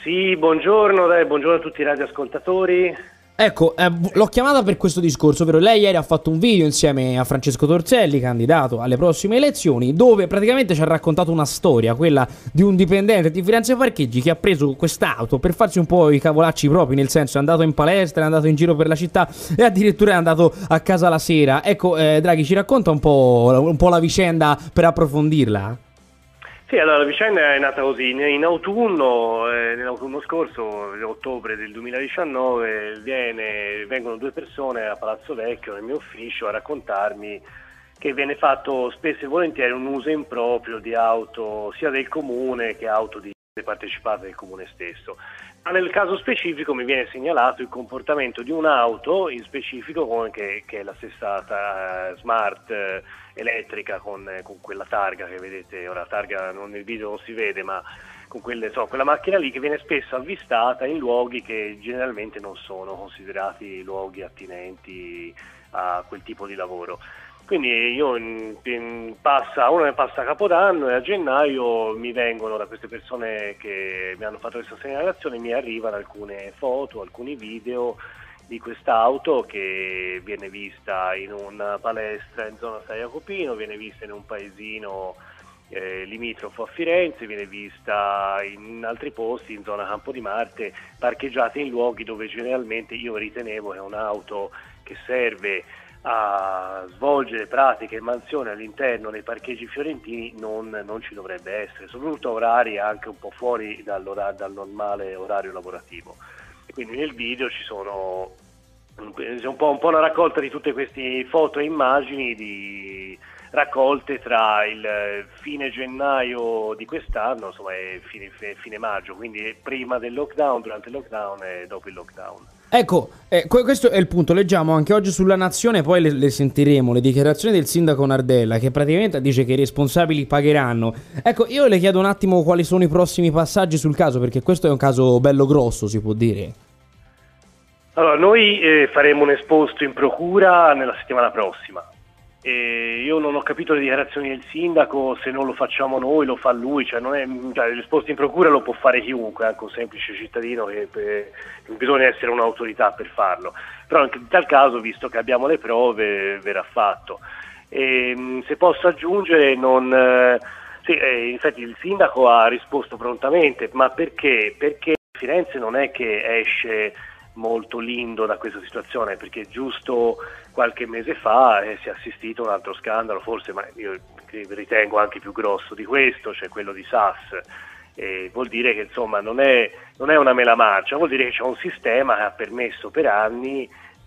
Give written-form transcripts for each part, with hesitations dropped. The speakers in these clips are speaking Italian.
Sì, buongiorno, buongiorno a tutti i radioascoltatori. Ecco, l'ho chiamata per questo discorso, ovvero lei ieri ha fatto un video insieme a Francesco Torselli, candidato alle prossime elezioni, dove praticamente ci ha raccontato una storia, quella di un dipendente di Firenze Parcheggi che ha preso quest'auto per farsi un po' i cavolacci propri, nel senso è andato in palestra, è andato in giro per la città e addirittura è andato a casa la sera. Ecco, Draghi, ci racconta un po' la vicenda per approfondirla? Sì, allora la vicenda è nata così, in autunno, nell'autunno scorso, ottobre del 2019, vengono due persone a Palazzo Vecchio, nel mio ufficio, a raccontarmi che viene fatto spesso e volentieri un uso improprio di auto sia del comune che auto di partecipate del comune stesso. Ma nel caso specifico mi viene segnalato il comportamento di un'auto in specifico che è la stessa Smart elettrica con quella targa che vedete, ora la targa nel video non si vede, ma con quella macchina lì che viene spesso avvistata in luoghi che generalmente non sono considerati luoghi attinenti a quel tipo di lavoro. Quindi io passa Capodanno e a gennaio mi vengono da queste persone che mi hanno fatto questa segnalazione, mi arrivano alcune foto, alcuni video di quest'auto che viene vista in una palestra in zona San Jacopino, viene vista in un paesino limitrofo a Firenze, viene vista in altri posti, in zona Campo di Marte, parcheggiate in luoghi dove generalmente io ritenevo che un'auto che serve a svolgere pratiche e mansioni all'interno dei parcheggi fiorentini non ci dovrebbe essere, soprattutto a orari anche un po' fuori dal normale orario lavorativo. E quindi nel video ci sono un po' una raccolta di tutte queste foto e immagini raccolte tra il fine gennaio di quest'anno, insomma, e fine maggio, quindi prima del lockdown, durante il lockdown e dopo il lockdown. Ecco, questo è il punto. Leggiamo anche oggi sulla Nazione, poi le sentiremo, le dichiarazioni del sindaco Nardella che praticamente dice che i responsabili pagheranno. Ecco, io le chiedo un attimo quali sono i prossimi passaggi sul caso, perché questo è un caso bello grosso, si può dire. Allora, noi faremo un esposto in procura nella settimana prossima. Io non ho capito le dichiarazioni del sindaco, se non lo facciamo noi lo fa lui, cioè l'esposto in procura lo può fare chiunque, anche un semplice cittadino che non bisogna essere un'autorità per farlo, però in tal caso, visto che abbiamo le prove, verrà fatto. Se posso aggiungere, sì, infatti il sindaco ha risposto prontamente, ma perché? Perché Firenze non è che esce molto lindo da questa situazione, perché giusto qualche mese fa si è assistito a un altro scandalo, forse, ma io ritengo anche più grosso di questo, cioè quello di SAS. Vuol dire che insomma non è una mela marcia, vuol dire che c'è un sistema che ha permesso per anni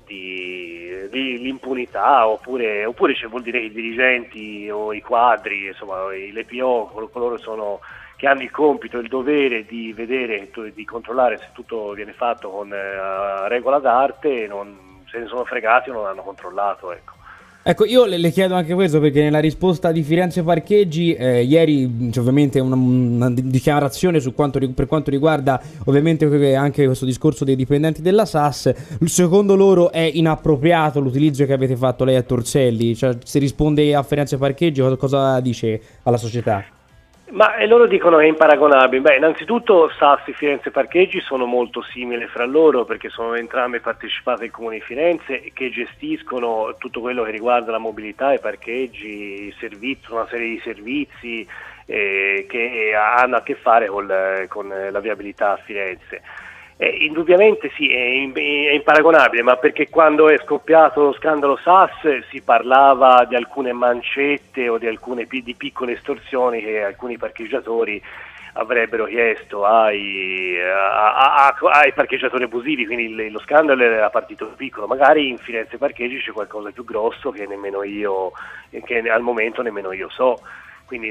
di l'impunità, oppure vuol dire che i dirigenti o i quadri, insomma le PO, coloro sono che hanno il compito e il dovere di vedere, di controllare se tutto viene fatto con regola d'arte, se ne sono fregati o non hanno controllato, ecco. Ecco, io le chiedo anche questo perché nella risposta di Firenze Parcheggi ieri c'è ovviamente una dichiarazione per quanto riguarda ovviamente anche questo discorso dei dipendenti della SAS. Secondo loro è inappropriato l'utilizzo che avete fatto lei a Torselli, cioè se risponde a Firenze Parcheggi cosa dice alla società? Ma loro dicono che è imparagonabile. Beh, innanzitutto SAS e Firenze Parcheggi sono molto simili fra loro, perché sono entrambe partecipate al Comune di Firenze che gestiscono tutto quello che riguarda la mobilità, i parcheggi, i servizi, una serie di servizi che hanno a che fare con la viabilità a Firenze. Indubbiamente sì, è imparagonabile, ma perché quando è scoppiato lo scandalo SAS si parlava di alcune mancette o di piccole estorsioni che alcuni parcheggiatori avrebbero chiesto ai parcheggiatori abusivi, quindi lo scandalo era partito piccolo, magari in Firenze Parcheggi c'è qualcosa di più grosso che al momento nemmeno io so. Quindi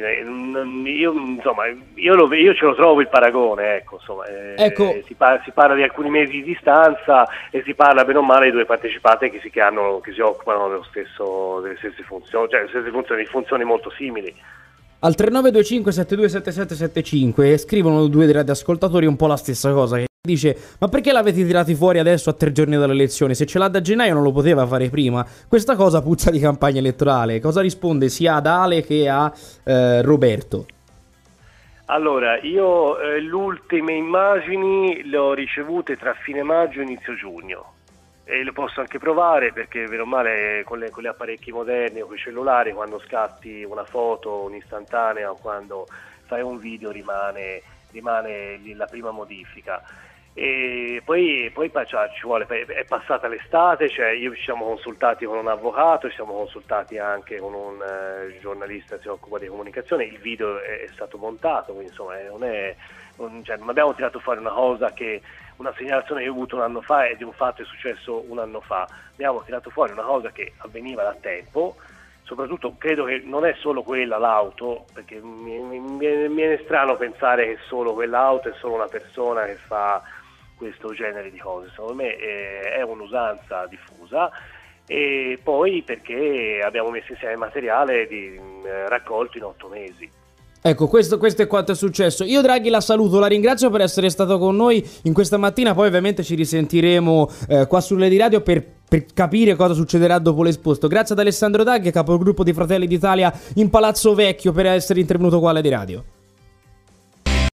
io ce lo trovo il paragone, ecco, insomma, Ecco. si parla di alcuni mesi di distanza e si parla bene o male di due partecipate che si occupano delle stesse funzioni, cioè di funzioni molto simili. Al 3925 727775 scrivono due dei radioascoltatori un po' la stessa cosa, che dice: ma perché l'avete tirati fuori adesso a 3 giorni dalle elezioni? Se ce l'ha da gennaio non lo poteva fare prima. Questa cosa puzza di campagna elettorale. Cosa risponde sia ad Ale che a Roberto? Allora, io le ultime immagini le ho ricevute tra fine maggio e inizio giugno e le posso anche provare perché bene o male con gli apparecchi moderni o con i cellulari, quando scatti una foto un'istantanea o quando fai un video rimane la prima modifica. E poi cioè, ci vuole, è passata l'estate, cioè ci siamo consultati con un avvocato, ci siamo consultati anche con un giornalista che si occupa di comunicazione, il video è stato montato, quindi insomma non abbiamo tirato fuori una segnalazione che ho avuto un anno fa e di un fatto che è successo un anno fa, abbiamo tirato fuori una cosa che avveniva da tempo. Soprattutto credo che non è solo quella l'auto, perché mi viene strano pensare che solo quell'auto è solo una persona che fa questo genere di cose. Secondo me è un'usanza diffusa, e poi perché abbiamo messo insieme materiale raccolto in 8 mesi. Ecco, questo è quanto è successo. Io Draghi la saluto, la ringrazio per essere stato con noi in questa mattina, poi ovviamente ci risentiremo qua su Lady Radio per capire cosa succederà dopo l'esposto. Grazie ad Alessandro Draghi, capogruppo di Fratelli d'Italia in Palazzo Vecchio, per essere intervenuto qua a Lady Radio.